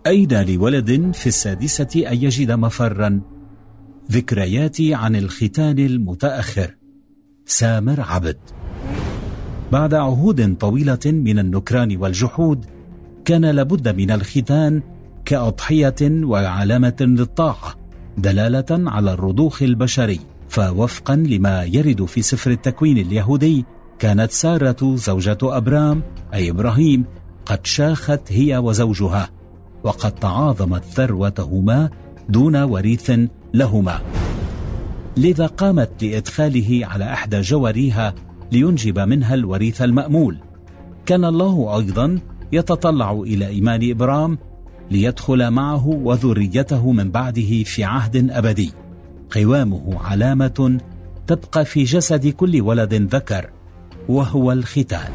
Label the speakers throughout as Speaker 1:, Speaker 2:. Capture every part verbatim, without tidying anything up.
Speaker 1: أين لولد في السادسة أن يجد مفرا؟ ذكرياتي عن الختان المتأخر. سامر عبد. بعد عهود طويلة من النكران والجحود، كان لابد من الختان كأضحية وعلامة للطاعة، دلالة على الرضوخ البشري. فوفقا لما يرد في سفر التكوين اليهودي، كانت سارة زوجة أبرام أي إبراهيم قد شاخت هي وزوجها، وقد تعاظمت ثروتهما دون وريث لهما، لذا قامت لإدخاله على إحدى جواريها لينجب منها الوريث المأمول. كان الله أيضا يتطلع إلى إيمان إبرام ليدخل معه وذريته من بعده في عهد أبدي، قوامه علامة تبقى في جسد كل ولد ذكر، وهو الختان.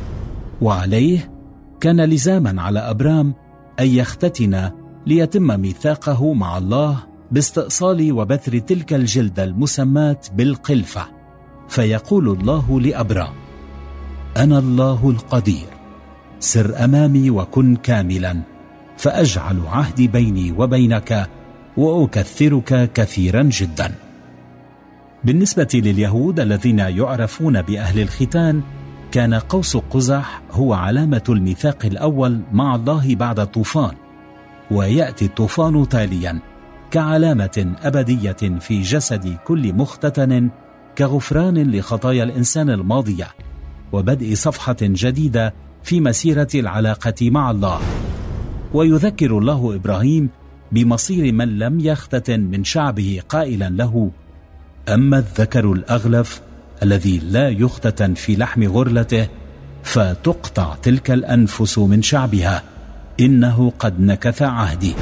Speaker 1: وعليه كان لزاما على أبرام أن يختتن ليتم ميثاقه مع الله باستئصال وبثر تلك الجلدة المسماة بالقلفة. فيقول الله لأبرام: أنا الله القدير، سر أمامي وكن كاملا، فأجعل عهدي بيني وبينك وأكثرك كثيرا جدا. بالنسبة لليهود الذين يعرفون بأهل الختان، كان قوس قزح هو علامة الميثاق الأول مع الله بعد الطوفان، ويأتي الطوفان تاليا كعلامة أبدية في جسد كل مختتن، كغفران لخطايا الإنسان الماضية وبدء صفحة جديدة في مسيرة العلاقة مع الله. ويذكر الله إبراهيم بمصير من لم يختتن من شعبه قائلا له: أما الذكر الأغلف الذي لا يختتن في لحم غرلته فتقطع تلك الأنفس من شعبها، إنه قد نكث عهدي.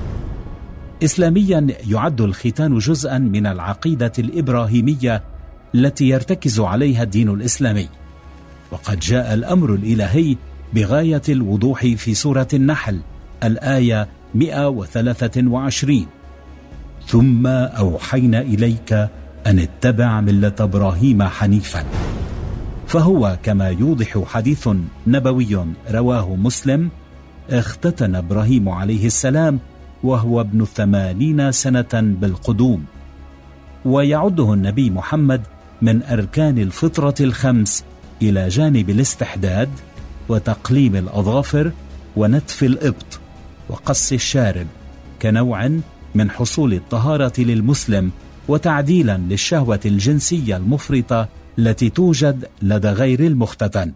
Speaker 1: إسلاميا يعد الختان جزءا من العقيدة الإبراهيمية التي يرتكز عليها الدين الإسلامي، وقد جاء الأمر الإلهي بغاية الوضوح في سورة النحل الآية مئة وثلاثة وعشرين: ثم أوحينا إليك أن اتبع ملة إبراهيم حنيفا. فهو كما يوضح حديث نبوي رواه مسلم: اختتن إبراهيم عليه السلام وهو ابن ثمانين سنة بالقدوم. ويعده النبي محمد من أركان الفطرة الخمس إلى جانب الاستحداد وتقليم الأظافر ونتف الإبط وقص الشارب، كنوع من حصول الطهارة للمسلم وتعديلا للشهوة الجنسية المفرطة التي توجد لدى غير المختتن.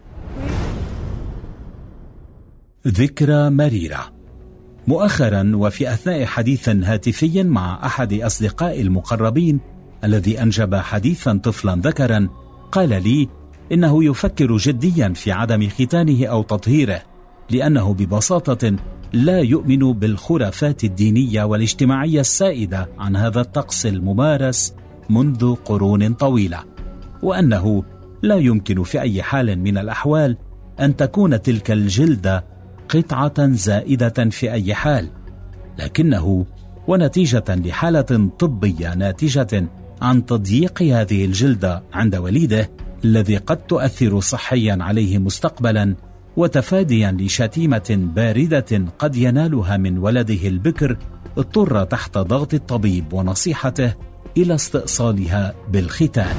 Speaker 1: ذكرى مريرة. مؤخرا وفي أثناء حديث هاتفي مع أحد أصدقائي المقربين الذي أنجب حديثا طفلا ذكرا، قال لي إنه يفكر جديا في عدم ختانه أو تطهيره، لأنه ببساطة لا يؤمن بالخرافات الدينية والاجتماعية السائدة عن هذا الطقس الممارس منذ قرون طويلة، وأنه لا يمكن في أي حال من الأحوال أن تكون تلك الجلدة قطعة زائدة في أي حال، لكنه ونتيجة لحالة طبية ناتجة عن تضييق هذه الجلدة عند وليده الذي قد تؤثر صحيا عليه مستقبلا، وتفاديا لشتيمة باردة قد ينالها من ولده البكر، اضطر تحت ضغط الطبيب ونصيحته إلى استئصالها بالختان.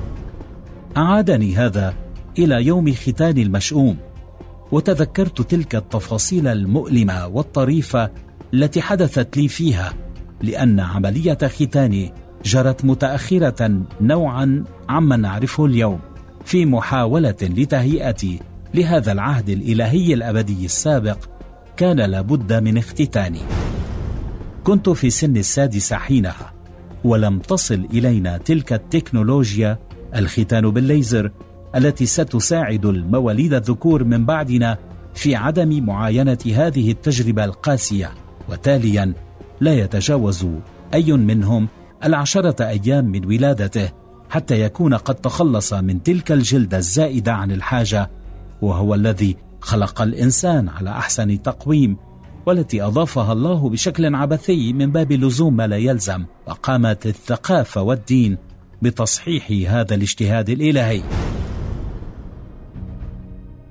Speaker 1: أعادني هذا إلى يوم ختان المشؤوم، وتذكرت تلك التفاصيل المؤلمة والطريفة التي حدثت لي فيها، لأن عملية ختاني جرت متأخرة نوعا عما نعرفه اليوم، في محاولة لتهيئتي لهذا العهد الإلهي الأبدي السابق. كان لابد من اختتاني. كنت في سن السادسة حينها، ولم تصل إلينا تلك التكنولوجيا، الختان بالليزر، التي ستساعد المواليد الذكور من بعدنا في عدم معاينة هذه التجربة القاسية، وتاليا لا يتجاوز أي منهم العشرة أيام من ولادته حتى يكون قد تخلص من تلك الجلدة الزائدة عن الحاجة، وهو الذي خلق الإنسان على أحسن تقويم، والتي أضافها الله بشكل عبثي من باب لزوم ما لا يلزم. وقامت الثقافة والدين بتصحيح هذا الاجتهاد الإلهي.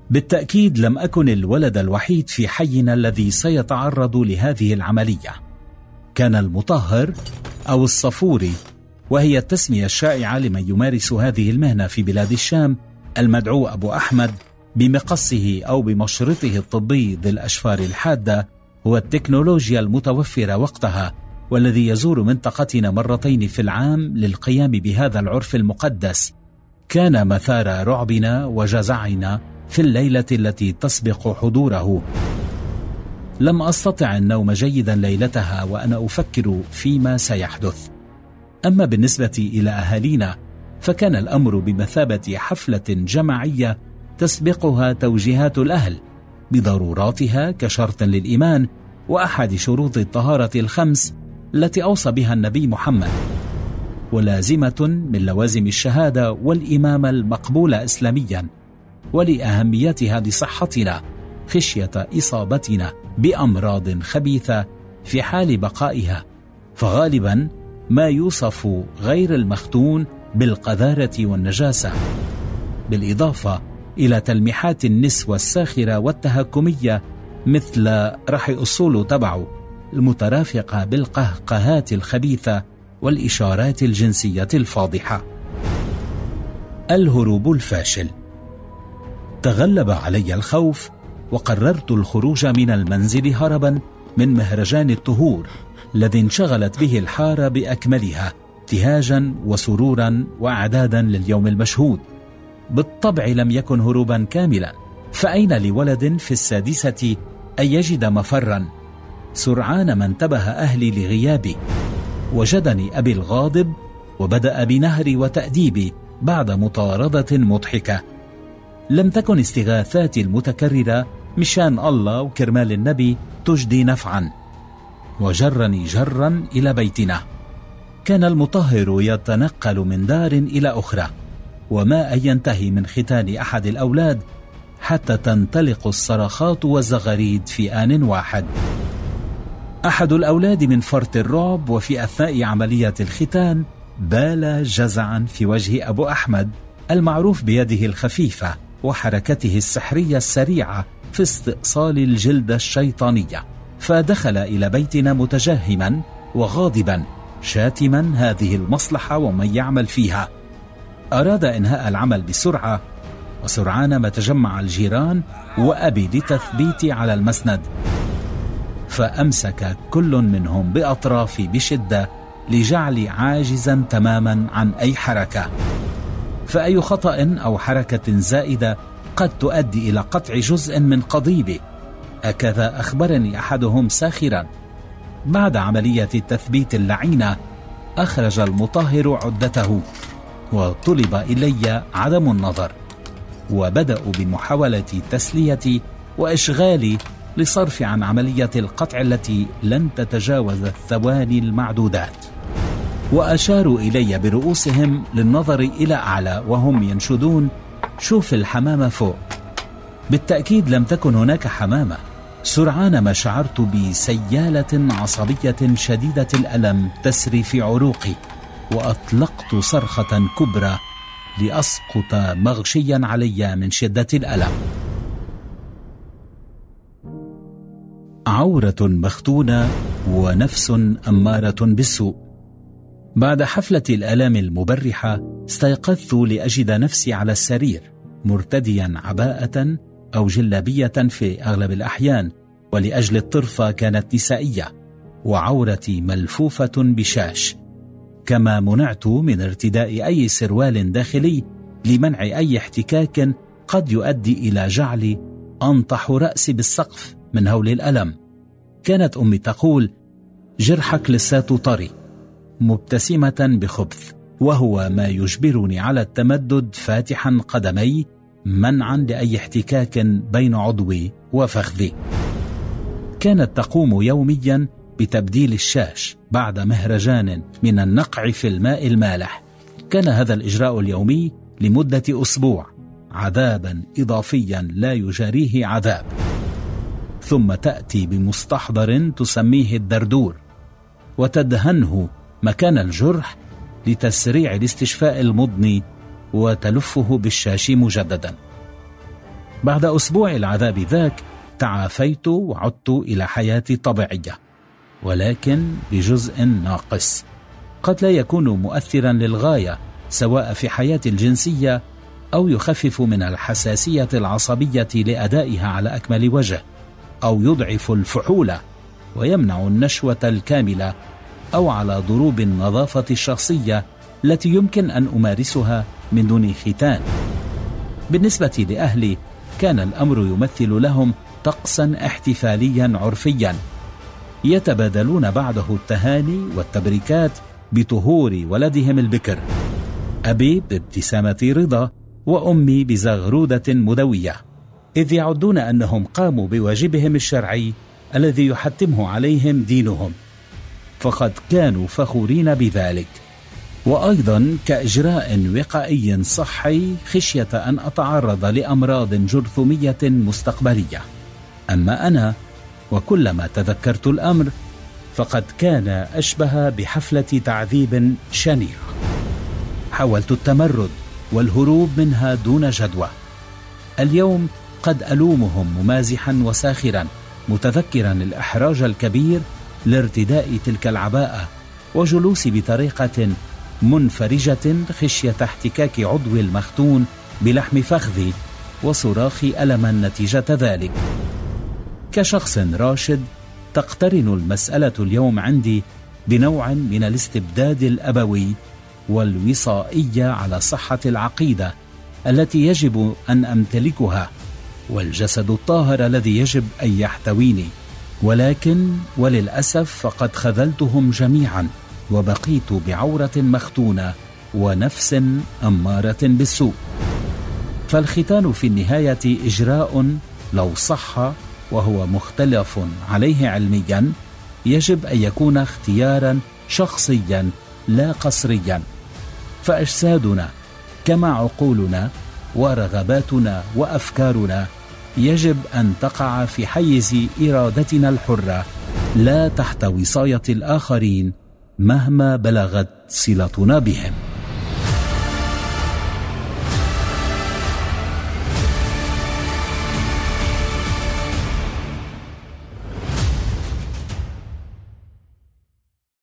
Speaker 1: بالتأكيد لم أكن الولد الوحيد في حينا الذي سيتعرض لهذه العملية. كان المطهر أو الصفوري، وهي التسمية الشائعة لمن يمارس هذه المهنة في بلاد الشام، المدعو أبو أحمد بمقصه أو بمشرطه الطبي ذي الأشفار الحادة، هو التكنولوجيا المتوفرة وقتها، والذي يزور منطقتنا مرتين في العام للقيام بهذا العرف المقدس. كان مثار رعبنا وجزعنا في الليلة التي تسبق حضوره. لم أستطع النوم جيدا ليلتها وأنا أفكر فيما سيحدث. أما بالنسبة إلى أهالينا فكان الأمر بمثابة حفلة جماعية تسبقها توجيهات الأهل بضروراتها كشرط للإيمان وأحد شروط الطهارة الخمس التي أوصى بها النبي محمد، ولازمة من لوازم الشهادة والإمامة المقبولة إسلاميا، ولأهميتها لصحتنا خشية إصابتنا بأمراض خبيثة في حال بقائها، فغالبا ما يوصف غير المختون بالقذارة والنجاسة، بالإضافة إلى تلميحات النسوة الساخرة والتهكمية مثل رح أصول تبعه المترافقة بالقهقهات الخبيثة والإشارات الجنسية الفاضحة. الهروب الفاشل. تغلب علي الخوف وقررت الخروج من المنزل هربا من مهرجان الطهور الذي انشغلت به الحارة بأكملها ابتهاجا وسرورا وأعدادا لليوم المشهود. بالطبع لم يكن هروبا كاملا، فأين لولد في السادسة أن يجد مفرا؟ سرعان ما انتبه أهلي لغيابي، وجدني أبي الغاضب وبدأ بنهري وتأديبي بعد مطاردة مضحكة. لم تكن استغاثاتي المتكررة مشان الله وكرمال النبي تجدي نفعا، وجرني جرا إلى بيتنا. كان المطهر يتنقل من دار إلى أخرى، وما أن ينتهي من ختان أحد الأولاد حتى تنطلق الصرخات والزغاريد في آن واحد. أحد الأولاد من فرط الرعب وفي أثناء عملية الختان بال جزعا في وجه أبو أحمد المعروف بيده الخفيفة وحركته السحرية السريعة في استئصال الجلد الشيطانية، فدخل إلى بيتنا متجهما وغاضبا شاتما هذه المصلحة ومن يعمل فيها. أراد إنهاء العمل بسرعة، وسرعان ما تجمع الجيران وأبي لتثبيتي على المسند، فأمسك كل منهم بأطرافي بشدة لجعلي عاجزا تماما عن أي حركة، فأي خطأ أو حركة زائدة قد تؤدي إلى قطع جزء من قضيبي، هكذا أخبرني أحدهم ساخرا. بعد عملية التثبيت اللعينة أخرج المطهر عدته وطلب إلي عدم النظر، وبدأوا بمحاولة تسليتي وإشغالي لصرف عن عملية القطع التي لن تتجاوز الثواني المعدودات، وأشاروا إلي برؤوسهم للنظر إلى أعلى وهم ينشدون: شوف الحمامة فوق. بالتأكيد لم تكن هناك حمامة. سرعان ما شعرت بسيالة عصبية شديدة الألم تسري في عروقي، وأطلقت صرخة كبرى لأسقط مغشيا علي من شدة الألم. عورة مختونة ونفس أمارة بالسوء. بعد حفلة الآلام المبرحة استيقظت لأجد نفسي على السرير مرتديا عباءة أو جلابية في أغلب الأحيان، ولأجل الطرفة كانت نسائية، وعورتي ملفوفة بشاش، كما منعت من ارتداء أي سروال داخلي لمنع أي احتكاك قد يؤدي إلى جعلي أنطح رأسي بالسقف من هول الألم. كانت أمي تقول: جرحك لساته طري، مبتسمة بخبث، وهو ما يجبرني على التمدد فاتحا قدمي منعا لأي احتكاك بين عضوي وفخذي. كانت تقوم يوميا بتبديل الشاش بعد مهرجان من النقع في الماء المالح. كان هذا الإجراء اليومي لمدة أسبوع، عذابا إضافيا لا يجاريه عذاب. ثم تأتي بمستحضر تسميه الدردور وتدهنه مكان الجرح لتسريع الاستشفاء المضني، وتلفه بالشاش مجددا. بعد أسبوع العذاب ذاك تعافيت وعدت إلى حياتي الطبيعية، ولكن بجزء ناقص قد لا يكون مؤثرا للغاية، سواء في حياتي الجنسية أو يخفف من الحساسية العصبية لأدائها على أكمل وجه، أو يضعف الفحولة ويمنع النشوة الكاملة، أو على ضروب النظافة الشخصية التي يمكن أن أمارسها من دون ختان. بالنسبة لأهلي كان الأمر يمثل لهم طقسا احتفاليا عرفيا يتبادلون بعده التهاني والتبريكات بطهور ولدهم البكر، أبي بابتسامة رضا وأمي بزغرودة مدوية، إذ يعدون أنهم قاموا بواجبهم الشرعي الذي يحتمه عليهم دينهم، فقد كانوا فخورين بذلك، وأيضا كإجراء وقائي صحي خشية أن أتعرض لأمراض جرثومية مستقبلية. أما أنا وكلما تذكرت الأمر فقد كان أشبه بحفلة تعذيب شنيع، حاولت التمرد والهروب منها دون جدوى. اليوم قد ألومهم ممازحا وساخرا، متذكرا الإحراج الكبير لارتداء تلك العباءة وجلوسي بطريقة منفرجة خشية احتكاك عضو المختون بلحم فخذي وصراخي ألما نتيجة ذلك. كشخص راشد تقترن المسألة اليوم عندي بنوع من الاستبداد الأبوي والوصائية على صحة العقيدة التي يجب أن أمتلكها والجسد الطاهر الذي يجب أن يحتويني، ولكن وللأسف فقد خذلتهم جميعا وبقيت بعورة مختونة ونفس أمارة بالسوء. فالختان في النهاية إجراء لو صح وهو مختلف عليه علميا يجب أن يكون اختيارا شخصيا لا قصريا، فأجسادنا كما عقولنا ورغباتنا وأفكارنا يجب أن تقع في حيز إرادتنا الحرة لا تحت وصاية الآخرين مهما بلغت صلتنا بهم.